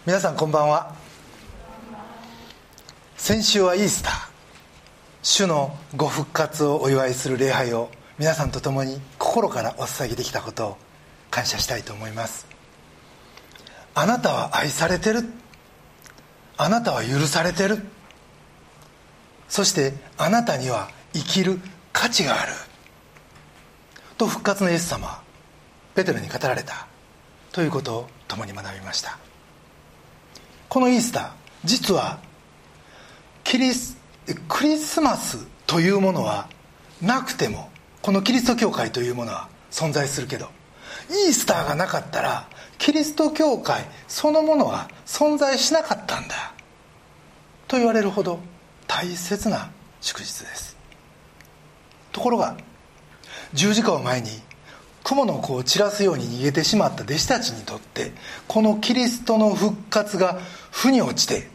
皆さんこんばんは。先週はイースター、主のご復活をお祝いする礼拝を皆さんと共に心からお捧げできたことを感謝したいと思います。あなたは愛されてる、あなたは許されてる、そしてあなたには生きる価値があると復活のイエス様はペテロに語られたということを共に学びました。このイースター、実はクリスマスというものはなくても、このキリスト教会というものは存在するけど、イースターがなかったらキリスト教会そのものは存在しなかったんだと言われるほど大切な祝日です。ところが十字架を前に蜘蛛の子を散らすように逃げてしまった弟子たちにとって、このキリストの復活が負に落ちて、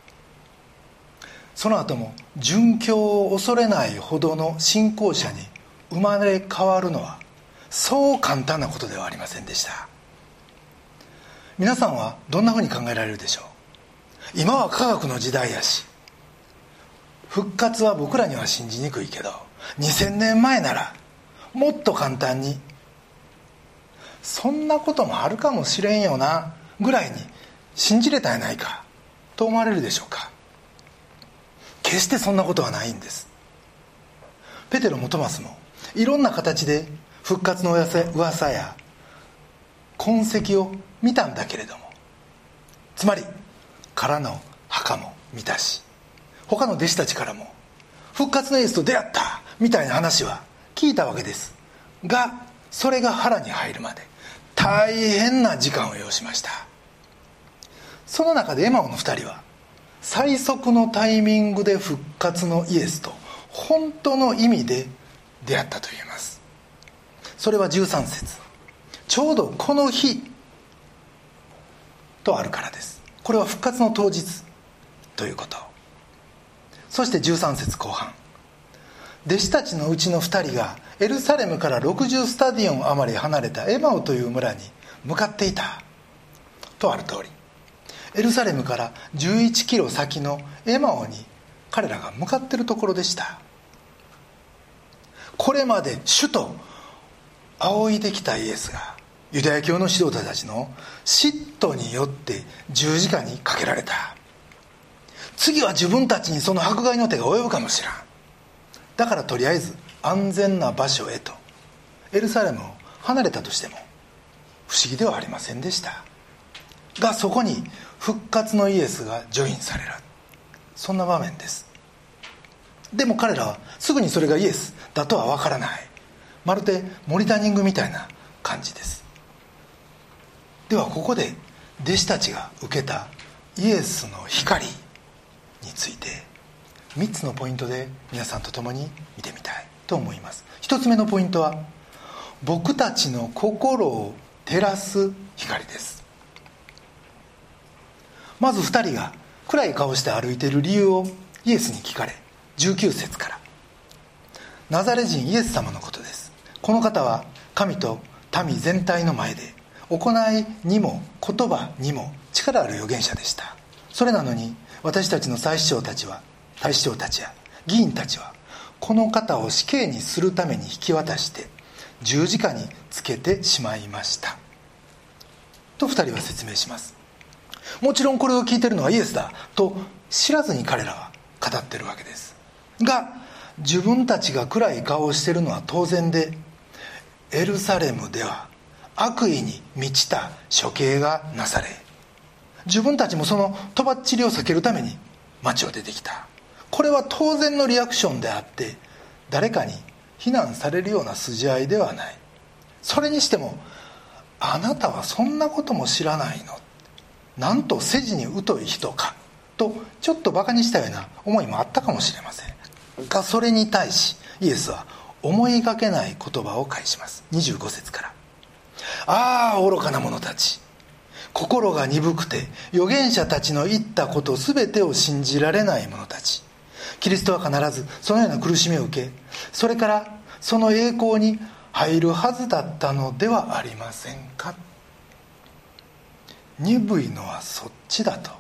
その後も殉教を恐れないほどの信仰者に生まれ変わるのはそう簡単なことではありませんでした。皆さんはどんなふうに考えられるでしょう。今は科学の時代やし、復活は僕らには信じにくいけど、2000年前ならもっと簡単に、そんなこともあるかもしれんよなぐらいに信じれたんやないかと思われるでしょうか。決してそんなことはないんです。ペテロもトマスもいろんな形で復活の噂や痕跡を見たんだけれども、つまり空の墓も見たし、他の弟子たちからも復活のイエスと出会ったみたいな話は聞いたわけですが、それが腹に入るまで大変な時間を要しました。その中でエマオの2人は最速のタイミングで復活のイエスと本当の意味で出会ったと言えます。それは13節、ちょうどこの日とあるからです。これは復活の当日ということ。そして13節後半、弟子たちのうちの2人がエルサレムから60スタディオン余り離れたエマオという村に向かっていたとある通り、エルサレムから11キロ先のエマオに彼らが向かっているところでした。これまで主と仰いできたイエスがユダヤ教の指導者たちの嫉妬によって十字架にかけられた。次は自分たちにその迫害の手が及ぶかもしれん。だからとりあえず安全な場所へとエルサレムを離れたとしても不思議ではありませんでしたが、そこに復活のイエスがジョインされる、そんな場面です。でも彼らはすぐにそれがイエスだとは分からない、まるでモニタリングみたいな感じです。ではここで弟子たちが受けたイエスの光について3つのポイントで皆さんと共に見てみたいと思います。1つ目のポイントは、僕たちの心を照らす光です。まず2人が暗い顔して歩いている理由をイエスに聞かれ、19節から、ナザレ人イエス様のことです。この方は神と民全体の前で行いにも言葉にも力ある預言者でした。それなのに私たちの大司長たちや議員たちはこの方を死刑にするために引き渡して十字架につけてしまいましたと2人は説明します。もちろんこれを聞いているのはイエスだと知らずに彼らは語っているわけですが、自分たちが暗い顔をしているのは当然で、エルサレムでは悪意に満ちた処刑がなされ、自分たちもそのとばっちりを避けるために町を出てきた。これは当然のリアクションであって、誰かに非難されるような筋合いではない。それにしても、あなたはそんなことも知らないの、なんと世事に疎い人かとちょっとバカにしたような思いもあったかもしれませんが、それに対しイエスは思いがけない言葉を返します。25節から、ああ愚かな者たち、心が鈍くて預言者たちの言ったことすべてを信じられない者たち、キリストは必ずそのような苦しみを受け、それからその栄光に入るはずだったのではありませんか。 鈍いのはそっちだと。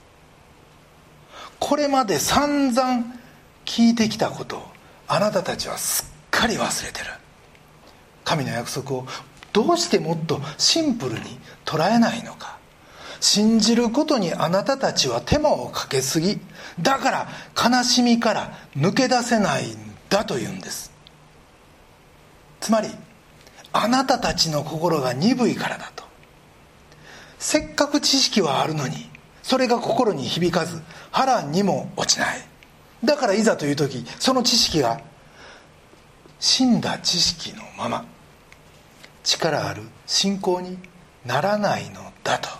これまで散々聞いてきたことをあなたたちはすっかり忘れてる。神の約束をどうしてもっとシンプルに捉えないのか。信じることにあなたたちは手間をかけすぎ、だから悲しみから抜け出せないんだというんです。つまりあなたたちの心が鈍いからだと。せっかく知識はあるのにそれが心に響かず波乱にも落ちない。だからいざという時、その知識が死んだ知識のまま力ある信仰にならないのだと。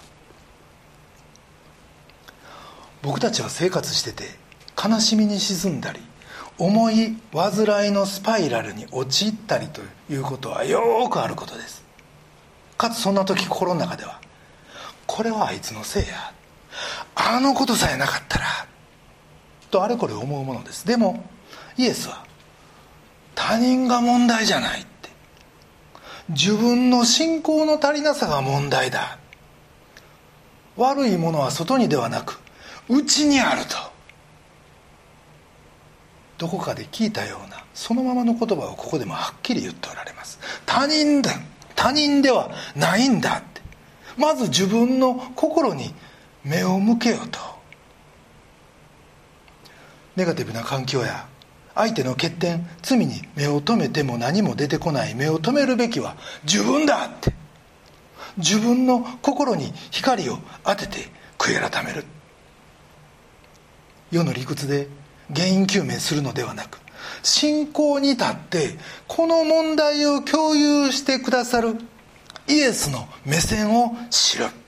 僕たちは生活してて悲しみに沈んだり思い煩いのスパイラルに陥ったりということはよくあることです。かつそんな時心の中では、これはあいつのせいや、あのことさえなかったらとあれこれ思うものです。でもイエスは他人が問題じゃないって、自分の信仰の足りなさが問題だ、悪いものは外にではなく内にあると、どこかで聞いたようなそのままの言葉をここでもはっきり言っておられます。他人ではないんだって。まず自分の心に目を向けようと。ネガティブな環境や相手の欠点、罪に目を留めても何も出てこない。目を留めるべきは自分だって。自分の心に光を当てて悔い改める。世の理屈で原因究明するのではなく、信仰に立ってこの問題を共有してくださるイエスの目線を知る。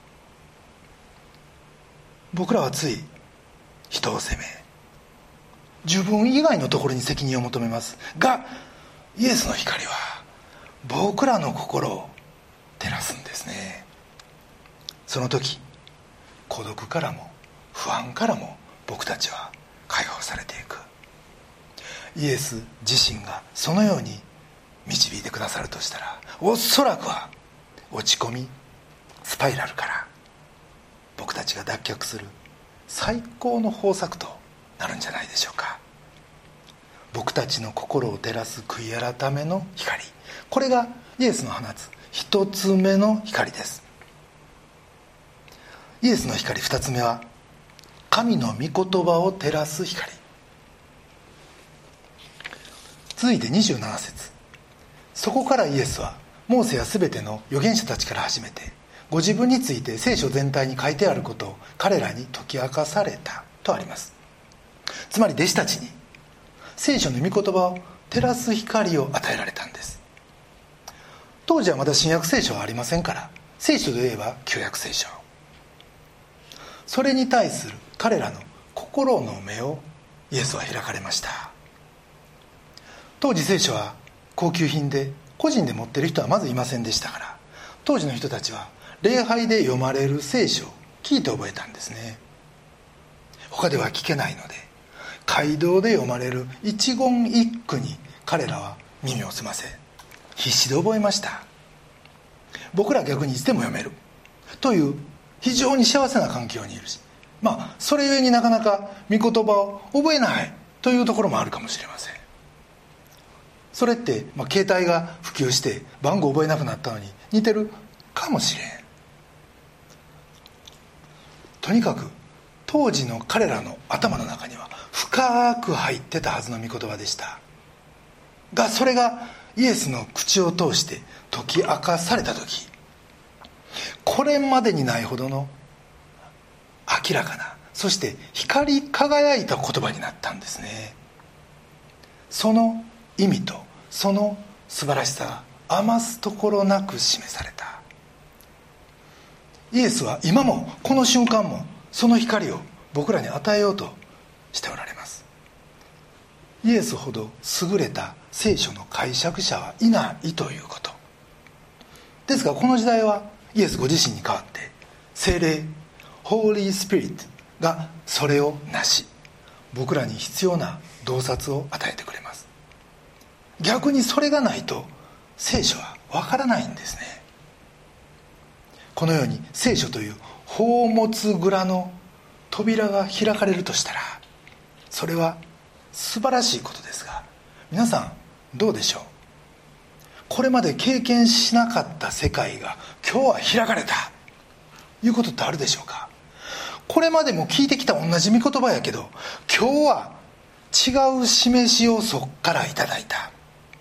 僕らはつい人を責め、自分以外のところに責任を求めますが、イエスの光は僕らの心を照らすんですね。その時孤独からも不安からも僕たちは解放されていく。イエス自身がそのように導いてくださるとしたら、おそらくは落ち込みスパイラルから僕たちが脱却する最高の方策となるんじゃないでしょうか。僕たちの心を照らす悔い改めの光、これがイエスの放つ一つ目の光です。イエスの光二つ目は神の御言葉を照らす光。続いて27節。そこからイエスはモーセやすべての預言者たちから始めて、ご自分について聖書全体に書いてあることを彼らに解き明かされたとあります。つまり弟子たちに聖書の御言葉を照らす光を与えられたんです。当時はまだ新約聖書はありませんから、聖書といえば旧約聖書。それに対する彼らの心の目をイエスは開かれました。当時聖書は高級品で個人で持っている人はまずいませんでしたから、当時の人たちは礼拝で読まれる聖書を聞いて覚えたんですね。他では聞けないので、街道で読まれる一言一句に彼らは耳を澄ませ必死で覚えました。僕ら逆にいつでも読めるという非常に幸せな環境にいるし、それゆえになかなか御言葉を覚えないというところもあるかもしれません。それって、携帯が普及して番号覚えなくなったのに似てるかもしれん。とにかく当時の彼らの頭の中には深く入ってたはずの御言葉でしたが、それがイエスの口を通して解き明かされた時、これまでにないほどの明らかな、そして光り輝いた言葉になったんですね。その意味とその素晴らしさが余すところなく示された。イエスは今もこの瞬間もその光を僕らに与えようとしておられます。イエスほど優れた聖書の解釈者はいないということですが、この時代はイエスご自身に代わって聖霊ホーリースピリットがそれをなし、僕らに必要な洞察を与えてくれます。逆にそれがないと聖書はわからないんですね。このように聖書という宝物蔵の扉が開かれるとしたら、それは素晴らしいことですが、皆さんどうでしょう。これまで経験しなかった世界が今日は開かれたいうことってあるでしょうか。これまでも聞いてきた同じ御言葉やけど、今日は違う示しをそっからいただいた。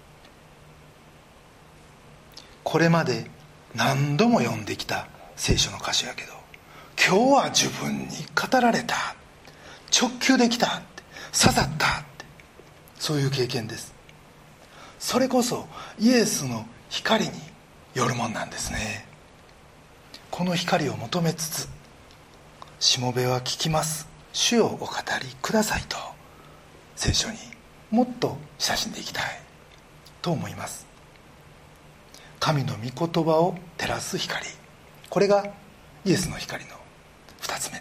これまで何度も読んできた聖書の箇所やけど、今日は自分に語られた、直球できた、刺さったって、そういう経験です。それこそイエスの光によるもんなんですね。この光を求めつつ、しもべは聞きます、主よお語りくださいと、聖書にもっと親しんでいきたいと思います。神の御言葉を照らす光、これがイエスの光の2つ目です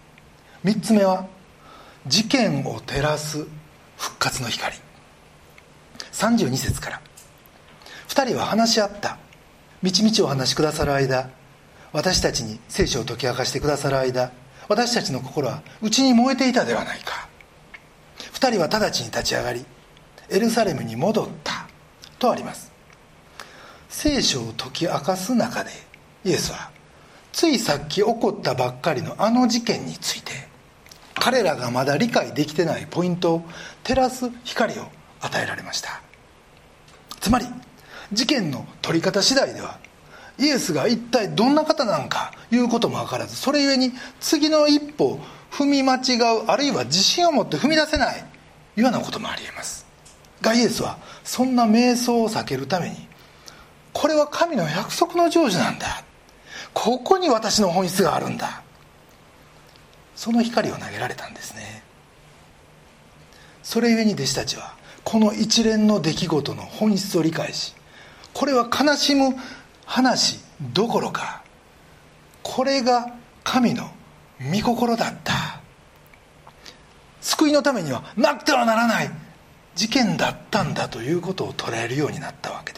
。3つ目は事件を照らす復活の光。32節から、2人は話し合った。みちみちお話しくださる間、私たちに聖書を解き明かしてくださる間、私たちの心は内に燃えていたではないか。2人は直ちに立ち上がりエルサレムに戻ったとあります。聖書を解き明かす中で、イエスはついさっき起こったばっかりのあの事件について、彼らがまだ理解できてないポイントを照らす光を与えられました。つまり事件の取り方次第では、イエスが一体どんな方なのかいうことも分からず、それゆえに次の一歩を踏み間違う、あるいは自信を持って踏み出せないいうようなこともありえますが、イエスはそんな迷走を避けるために、これは神の約束の成就なんだ、ここに私の本質があるんだ、その光を投げられたんですね。それゆえに弟子たちはこの一連の出来事の本質を理解し、これは悲しむ話どころか、これが神の御心だった、救いのためにはなくてはならない事件だったんだということを捉えるようになったわけです。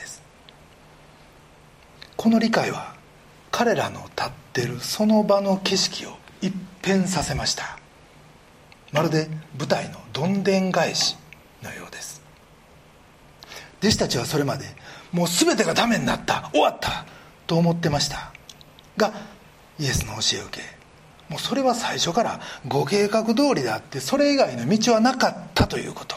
この理解は彼らの立ってるその場の景色を一変させました。まるで舞台のどんでん返しのようです。弟子たちはそれまでもう全てがダメになった、終わったと思ってましたが、イエスの教えを受け、もうそれは最初からご計画通りであって、それ以外の道はなかったということ。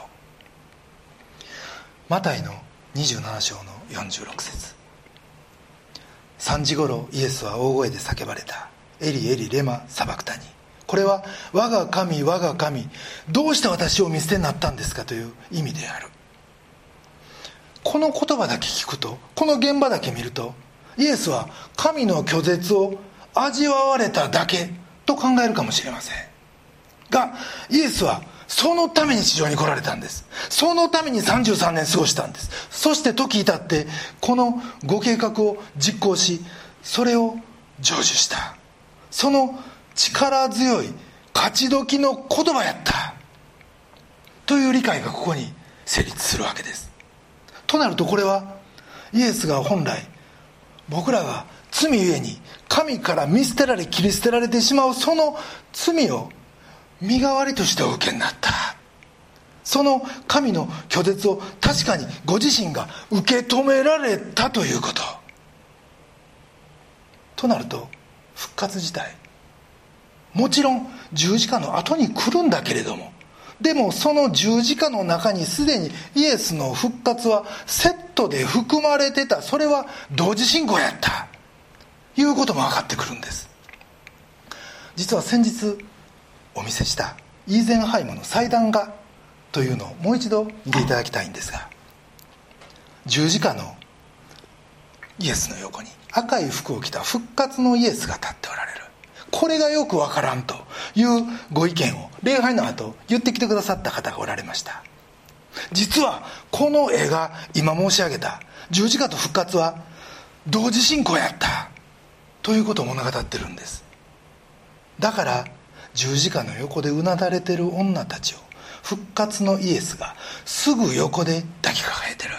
マタイの27章の46節、3時ごろイエスは大声で叫ばれた。エリエリレマサバクタニ、これは我が神我が神、どうして私を見捨てになったんですかという意味である。この言葉だけ聞くと、この現場だけ見ると、イエスは神の拒絶を味わわれただけと考えるかもしれませんが、イエスはそのために地上に来られたんです。そのために33年過ごしたんです。そして時至ってこのご計画を実行し、それを成就した。その力強い勝ち時の言葉やったという理解がここに成立するわけです。となると、これはイエスが本来僕らが罪ゆえに神から見捨てられ切り捨てられてしまうその罪を身代わりとしてお受けになった、その神の拒絶を確かにご自身が受け止められたということ。となると、復活自体もちろん十字架の後に来るんだけれども、でもその十字架の中にすでにイエスの復活はセットで含まれてた。それは同時進行やったいうことも分かってくるんです。実は先日お見せしたイーゼンハイムの祭壇画というのをもう一度見ていただきたいんですが、十字架のイエスの横に赤い服を着た復活のイエスが立っておられる。これがよくわからんというご意見を礼拝の後言ってきてくださった方がおられました。実はこの絵が今申し上げた十字架と復活は同時進行やったということを物語ってるんです。だから十字架の横でうなだれてる女たちを復活のイエスがすぐ横で抱きかかえてる。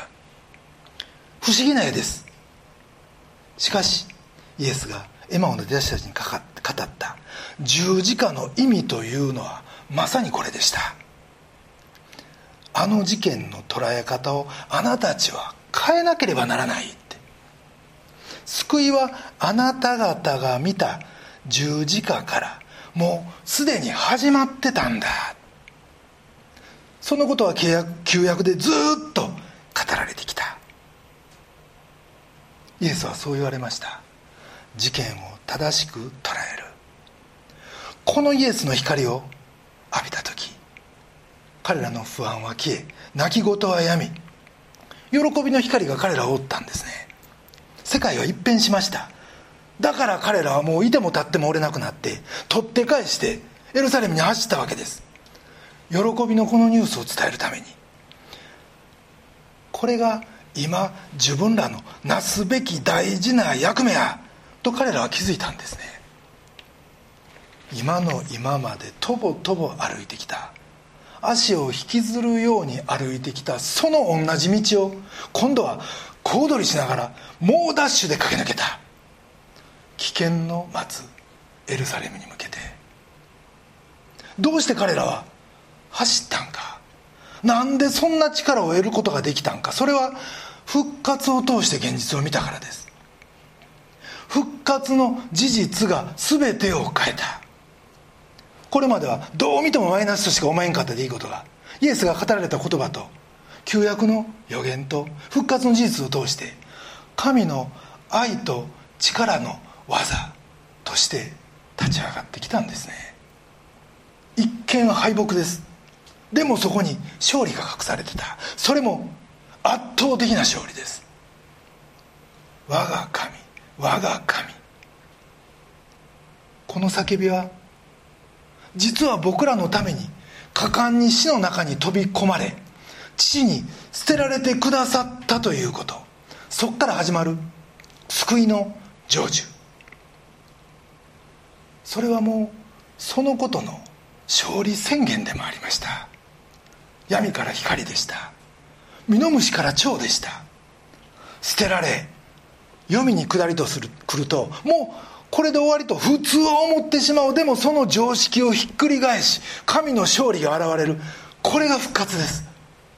しかしイエスがエマオの弟子たちに語語った十字架の意味というのはまさにこれでした。あの事件の捉え方をあなたたちは変えなければならないって。救いはあなた方が見た十字架からもうすでに始まってたんだ。そのことは旧約でずっと語られてきた。イエスはそう言われました。事件を正しく捉える。このイエスの光を浴びた時、彼らの不安は消え、泣き言はやみ、喜びの光が彼らを覆ったんですね。世界は一変しました。だから彼らはもういても立ってもおれなくなって、取って返してエルサレムに走ったわけです。喜びのこのニュースを伝えるために。これが今自分らのなすべき大事な役目やと彼らは気づいたんですね。今の今までとぼとぼ歩いてきた、足を引きずるように歩いてきたその同じ道を今度は小躍りしながら猛ダッシュで駆け抜けた。危険の待つエルサレムに向けて。どうして彼らは走ったんか、なんでそんな力を得ることができたんか。それは復活を通して現実を見たからです。復活の事実が全てを変えた。これまではどう見てもマイナスとしか思えんかった出来事が、イエスが語られた言葉と旧約の予言と復活の事実を通して神の愛と力の技として立ち上がってきたんですね。一見敗北です。でもそこに勝利が隠されてた。それも圧倒的な勝利です。我が神、我が神。この叫びは実は僕らのために果敢に死の中に飛び込まれ、父に捨てられてくださったということ、そこから始まる救いの成就。それはもうそのことの勝利宣言でもありました。闇から光でした。ミノムシから蝶でした。捨てられ黄泉に下りと来ると、もうこれで終わりと普通は思ってしまう。でもその常識をひっくり返し神の勝利が現れる。これが復活です。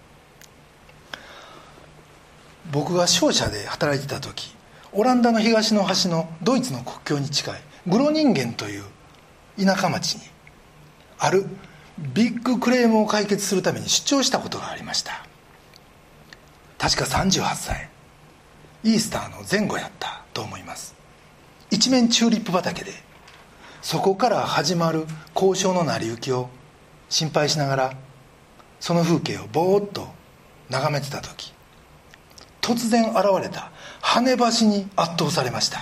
僕が商社で働いてた時、オランダの東の端のドイツの国境に近いグロニンゲンという田舎町にあるビッグクレームを解決するために出張したことがありました。確か38歳、イースターの前後やったと思います。一面チューリップ畑で、そこから始まる交渉の成り行きを心配しながらその風景をぼーっと眺めてた時、突然現れた跳ね橋に圧倒されました。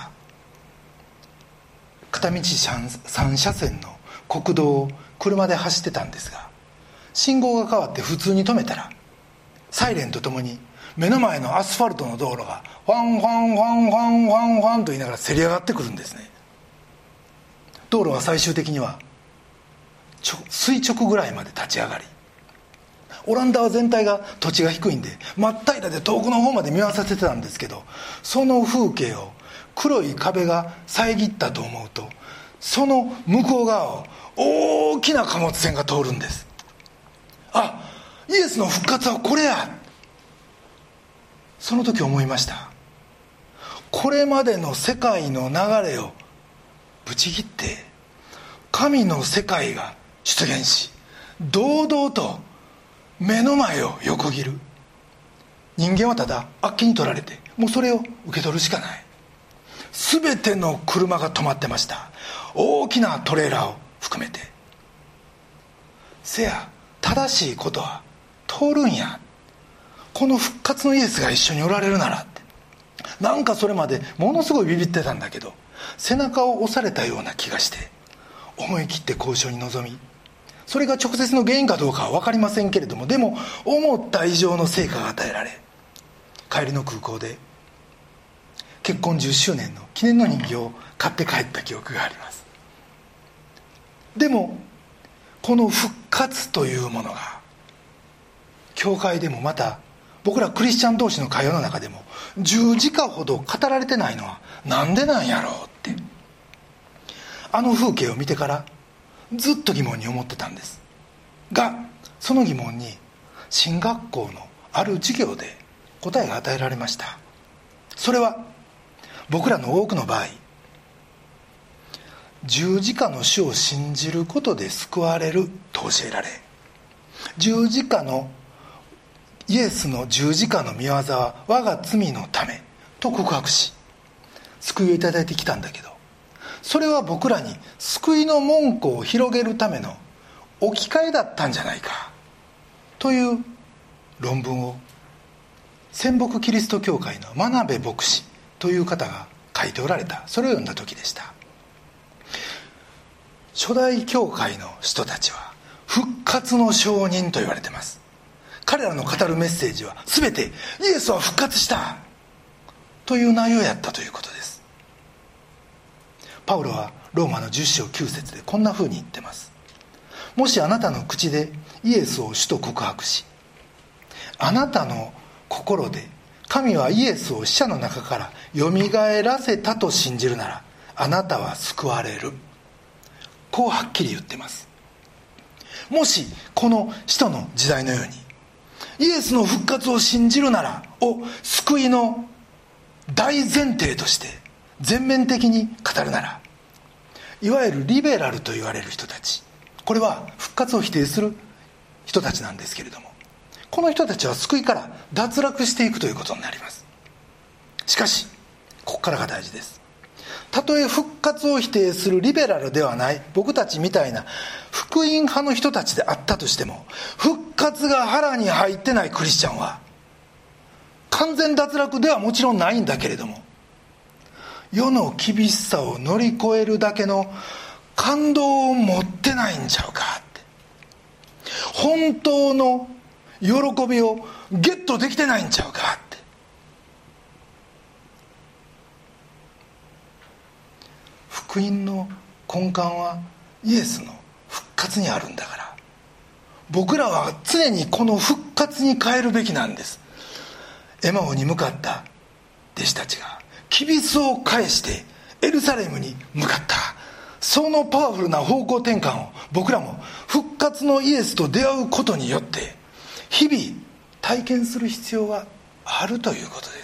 片道3車線の国道を車で走ってたんですが、信号が変わって普通に止めたらサイレンとともに目の前のアスファルトの道路がファンファンファンファンファンファンと言いながらせり上がってくるんですね。道路は最終的には垂直ぐらいまで立ち上がり、オランダは全体が土地が低いんで真っ平らで遠くの方まで見渡せてたんですけど、その風景を黒い壁が遮ったと思うと、その向こう側を大きな貨物船が通るんです。あ、イエスの復活はこれや。その時思いました。これまでの世界の流れをぶち切って神の世界が出現し、堂々と目の前を横切る。人間はただあっけに取られて、もうそれを受け取るしかない。全ての車が止まってました。大きなトレーラーを含めて。せや正しいことは通るんや。この復活のイエスが一緒におられるならって。なんかそれまでものすごいビビってたんだけど、背中を押されたような気がして思い切って交渉に臨み、それが直接の原因かどうかは分かりませんけれども、でも思った以上の成果が与えられ、帰りの空港で結婚10周年の記念の人形を買って帰った記憶があります。でもこの復活というものが教会でもまた僕らクリスチャン同士の会話の中でも十字架ほど語られてないのはなんでなんやろうって。 あの風景を見てからずっと疑問に思ってたんですが、その疑問に神学校のある授業で答えが与えられました。それは僕らの多くの場合、十字架の死を信じることで救われると教えられ、十字架のイエスの十字架の御業は我が罪のためと告白し、救いをいただいてきたんだけど、それは僕らに救いの門戸を広げるための置き換えだったんじゃないかという論文を仙北キリスト教会の真鍋牧師という方が書いておられた。それを読んだ時でした。初代教会の人たちは復活の証人と言われています。彼らの語るメッセージは全てイエスは復活したという内容やったということです。パウロはローマの10章9節でこんな風に言ってます。もしあなたの口でイエスを主と告白し、あなたの心で神はイエスを死者の中からよみがえらせたと信じるなら、あなたは救われる。こうはっきり言ってます。もしこの使徒の時代のようにイエスの復活を信じるならを救いの大前提として全面的に語るなら、いわゆるリベラルと言われる人たち、これは復活を否定する人たちなんですけれども、この人たちは救いから脱落していくということになります。しかしここからが大事です。たとえ復活を否定するリベラルではない僕たちみたいな福音派の人たちであったとしても、復活が腹に入ってないクリスチャンは完全脱落ではもちろんないんだけれども、世の厳しさを乗り越えるだけの感動を持ってないんちゃうかって、本当の喜びをゲットできてないんちゃうかって。福音の根幹はイエスの復活にあるんだから、僕らは常にこの復活に変えるべきなんです。エマオに向かった弟子たちがきびすを返してエルサレムに向かった、そのパワフルな方向転換を僕らも復活のイエスと出会うことによって日々体験する必要があるということです。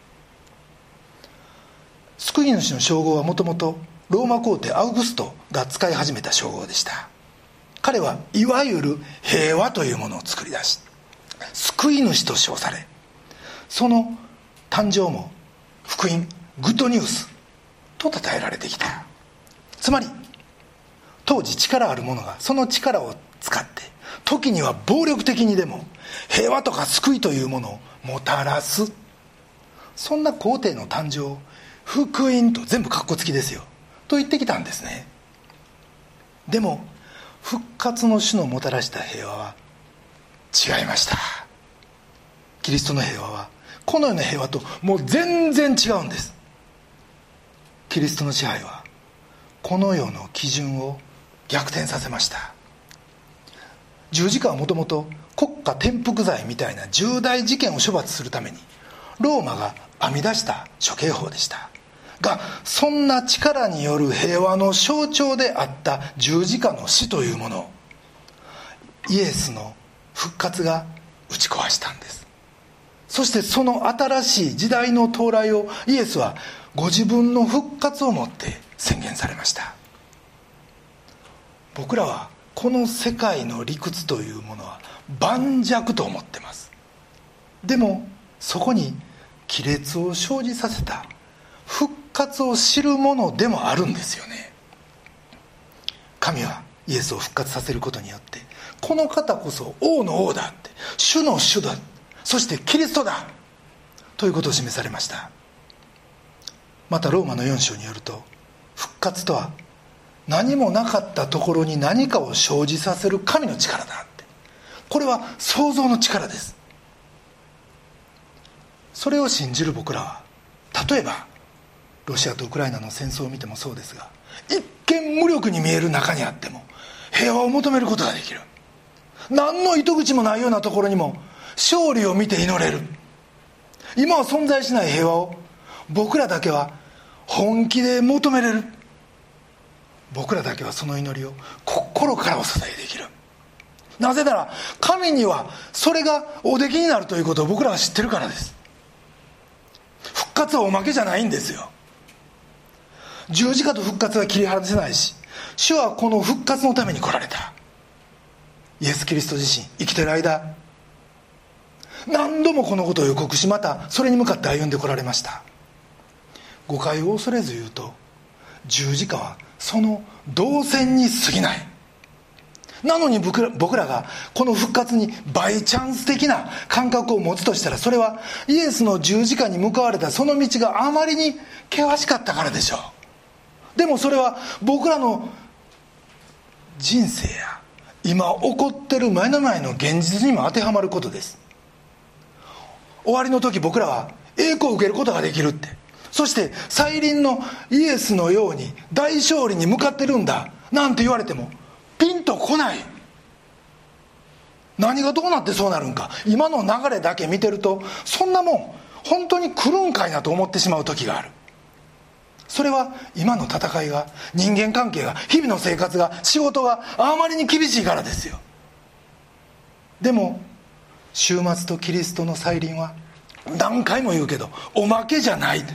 救い主の称号はもともとローマ皇帝アウグストが使い始めた称号でした。彼はいわゆる平和というものを作り出し、救い主と称され、その誕生も福音、グッドニュースと称えられてきた。つまり当時力ある者がその力を使って時には暴力的にでも平和とか救いというものをもたらす、そんな皇帝の誕生を福音と全部カッコつきですよと言ってきたんですね。でも復活の主のもたらした平和は違いました。キリストの平和はこの世の平和ともう全然違うんです。キリストの支配はこの世の基準を逆転させました。十字架はもともと国家転覆罪みたいな重大事件を処罰するためにローマが編み出した処刑法でしたが、そんな力による平和の象徴であった十字架の死というものをイエスの復活が打ち壊したんです。そしてその新しい時代の到来をイエスはご自分の復活をもって宣言されました。僕らはこの世界の理屈というものは盤石と思ってます。でもそこに亀裂を生じさせた復活を知るものでもあるんですよね。神はイエスを復活させることによって、この方こそ王の王だって、主の主だ、そしてキリストだということを示されました。またローマの4章によると、復活とは何もなかったところに何かを生じさせる神の力だって、これは創造の力です。それを信じる僕らは、例えばロシアとウクライナの戦争を見てもそうですが、一見無力に見える中にあっても平和を求めることができる。何の糸口もないようなところにも勝利を見て祈れる。今は存在しない平和を僕らだけは本気で求めれる。 僕らだけはその祈りを心からお捧げできる。なぜなら神にはそれがおできになるということを僕らは知ってるからです。復活はおまけじゃないんですよ。十字架と復活は切り離せないし、主はこの復活のために来られた。イエス・キリスト自身生きてる間何度もこのことを予告し、またそれに向かって歩んでこられました。誤解を恐れず言うと、十字架はその動線に過ぎない。なのに僕らがこの復活にバイチャンス的な感覚を持つとしたら、それはイエスの十字架に向かわれたその道があまりに険しかったからでしょう。でもそれは僕らの人生や今起こってる目の前の現実にも当てはまることです。終わりの時僕らは栄光を受けることができるって、そして再臨のイエスのように大勝利に向かってるんだなんて言われてもピンとこない。何がどうなってそうなるんか、今の流れだけ見てると、そんなもん本当に来るんかいなと思ってしまう時がある。それは今の戦いが、人間関係が、日々の生活が、仕事があまりに厳しいからですよ。でも終末とキリストの再臨は何回も言うけどおまけじゃない。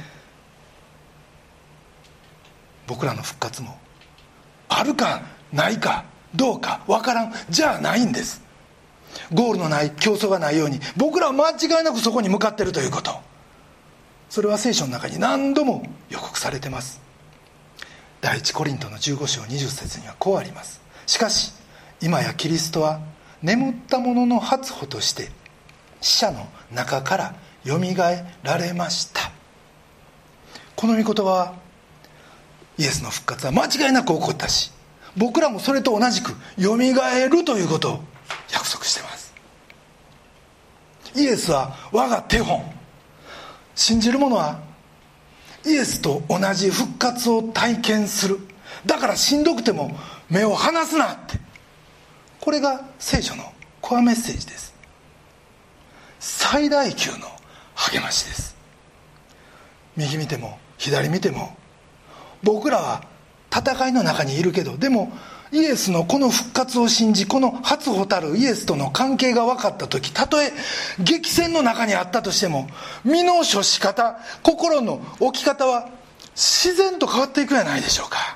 僕らの復活もあるかないかどうか分からんじゃないんです。ゴールのない競争がないように僕らは間違いなくそこに向かっているということ、それは聖書の中に何度も予告されています。第一コリントの15章20節にはこうあります。しかし今やキリストは眠った者の初歩として死者の中からよみがえられました。この御言葉はイエスの復活は間違いなく起こったし、僕らもそれと同じくよみがえるということを約束しています。イエスは我が手本。信じる者はイエスと同じ復活を体験する。だからしんどくても目を離すなって、これが聖書のコアメッセージです。最大級の励ましです。右見ても左見ても僕らは戦いの中にいるけど、でもイエスのこの復活を信じ、この初歩たるイエスとの関係が分かった時、たとえ激戦の中にあったとしても身の処し方、心の置き方は自然と変わっていくんじゃないでしょうか。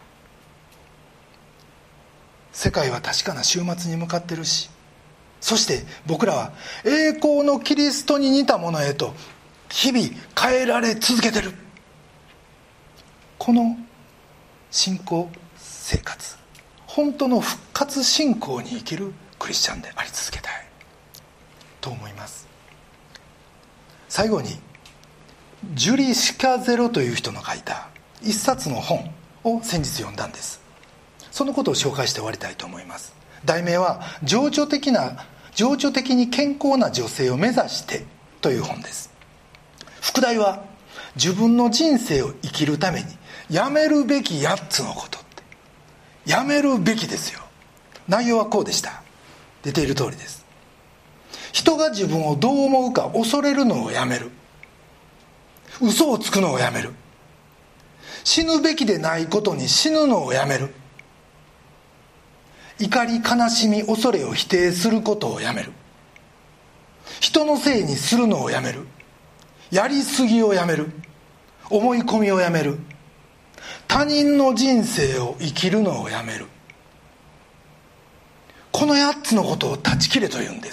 世界は確かな終末に向かってるし、そして僕らは栄光のキリストに似たものへと日々変えられ続けてる。この信仰生活、本当の復活信仰に生きるクリスチャンであり続けたいと思います。最後にジュリ・シカゼロという人の書いた一冊の本を先日読んだんです。そのことを紹介して終わりたいと思います。題名は情緒的に健康な女性を目指してという本です。副題は自分の人生を生きるためにやめるべき8つのことって。やめるべきですよ。内容はこうでした。出ている通りです。人が自分をどう思うか恐れるのをやめる。嘘をつくのをやめる。死ぬべきでないことに死ぬのをやめる。怒り悲しみ恐れを否定することをやめる。人のせいにするのをやめる。やりすぎをやめる。思い込みをやめる。他人の人生を生きるのをやめる。この8つのことを断ち切れというんです。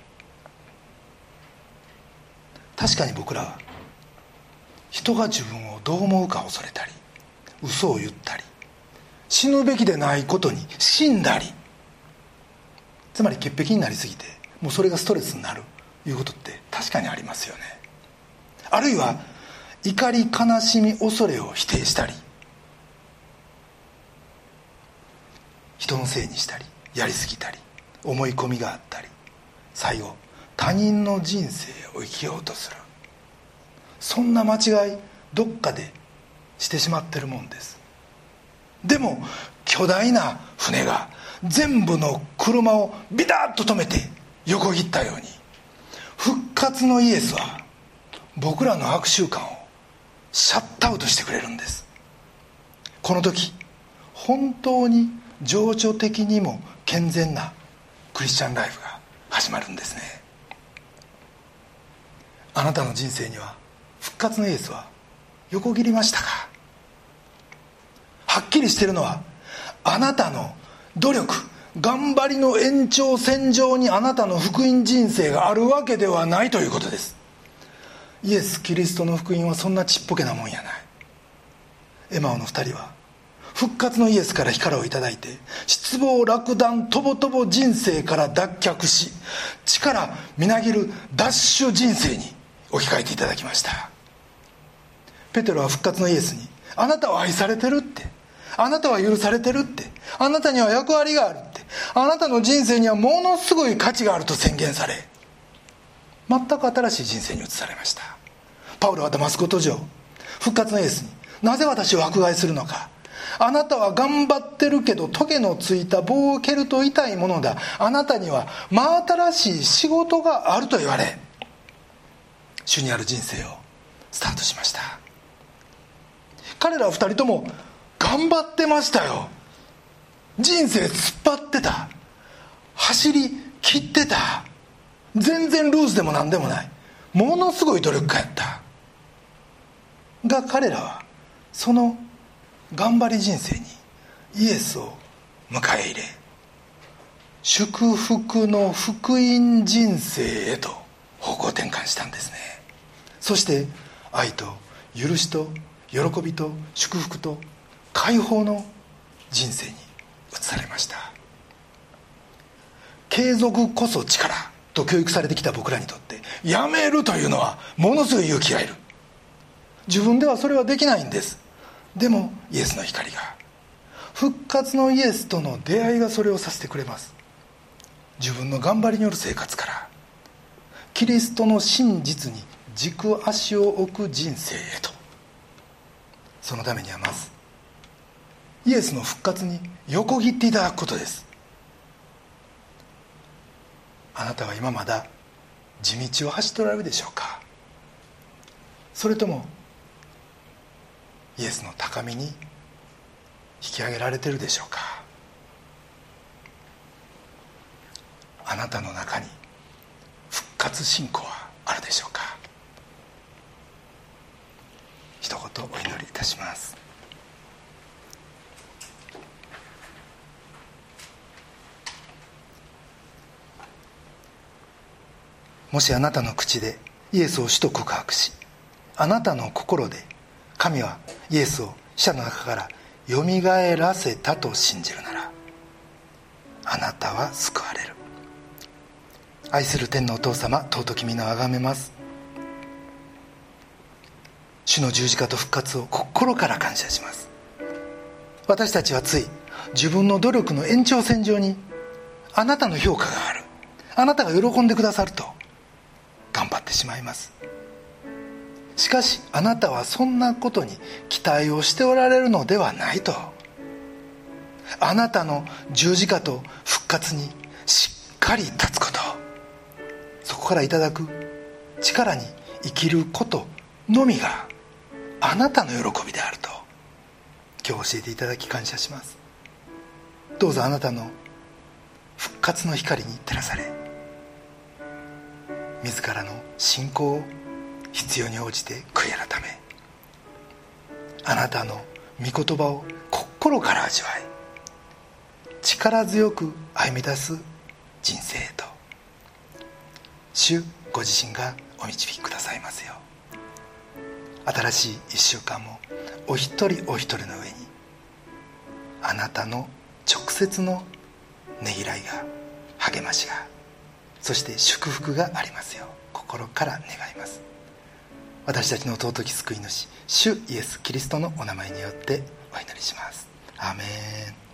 確かに僕らは人が自分をどう思うか恐れたり、嘘を言ったり、死ぬべきでないことに死んだり、つまり潔癖になりすぎてもうそれがストレスになるいうことって確かにありますよね。あるいは怒り悲しみ恐れを否定したり、人のせいにしたり、やりすぎたり、思い込みがあったり、最後他人の人生を生きようとする。そんな間違いどっかでしてしまってるもんです。でも巨大な船が全部の車をビタッと止めて横切ったように、復活のイエスは僕らの悪習慣をシャットアウトしてくれるんです。この時本当に情緒的にも健全なクリスチャンライフが始まるんですね。あなたの人生には復活のイエスは横切りましたか？はっきりしているのは、あなたの努力頑張りの延長線上にあなたの福音人生があるわけではないということです。イエス・キリストの福音はそんなちっぽけなもんやない。エマオの2人は復活のイエスから光をいただいて、失望落胆とぼとぼ人生から脱却し、力みなぎるダッシュ人生に置き換えていただきました。ペテロは復活のイエスに、あなたは愛されてるって、あなたは許されてるって、あなたには役割があるって、あなたの人生にはものすごい価値があると宣言され、全く新しい人生に移されました。パウロはダマスコ途上、復活のイエスに、なぜ私を迫害するのか、あなたは頑張ってるけどトゲのついた棒を蹴ると痛いものだ、あなたには真新しい仕事があると言われ、主にある人生をスタートしました。彼らは2人とも頑張ってましたよ。人生突っ張ってた、走り切ってた、全然ルーズでも何でもない、ものすごい努力家やったが、彼らはその頑張り人生にイエスを迎え入れ、祝福の福音人生へと方向転換したんですね。そして愛と許しと喜びと祝福と解放の人生に移されました。継続こそ力と教育されてきた僕らにとって、やめるというのはものすごい勇気がいる。自分ではそれはできないんです。でもイエスの光が、復活のイエスとの出会いがそれをさせてくれます。自分の頑張りによる生活からキリストの真実に軸足を置く人生へと。そのためにはまずイエスの復活に横切っていただくことです。あなたは今まだ地道を走っておられるでしょうか？それともイエスの高みに引き上げられているでしょうか？あなたの中に復活信仰はあるでしょうか？一言お祈りいたします。もしあなたの口でイエスを主と告白し、あなたの心で神はイエスを死者の中からよみがえらせたと信じるなら、あなたは救われる。愛する天のお父様、尊き皆をあがめます。主の十字架と復活を心から感謝します。私たちはつい自分の努力の延長線上にあなたの評価がある、あなたが喜んでくださると頑張ってしまいます。しかしあなたはそんなことに期待をしておられるのではないと。あなたの十字架と復活にしっかり立つこと、そこからいただく力に生きることのみがあなたの喜びであると今日教えていただき感謝します。どうぞあなたの復活の光に照らされ、自らの信仰を必要に応じて悔い改め、あなたの御言葉を心から味わい、力強く歩み出す人生へと、主ご自身がお導きくださいますよう。新しい一週間もお一人お一人の上にあなたの直接のねぎらいが、励ましが、そして祝福がありますよう心から願います。私たちの尊き救い主、主イエス・キリストのお名前によってお祈りします。アーメン。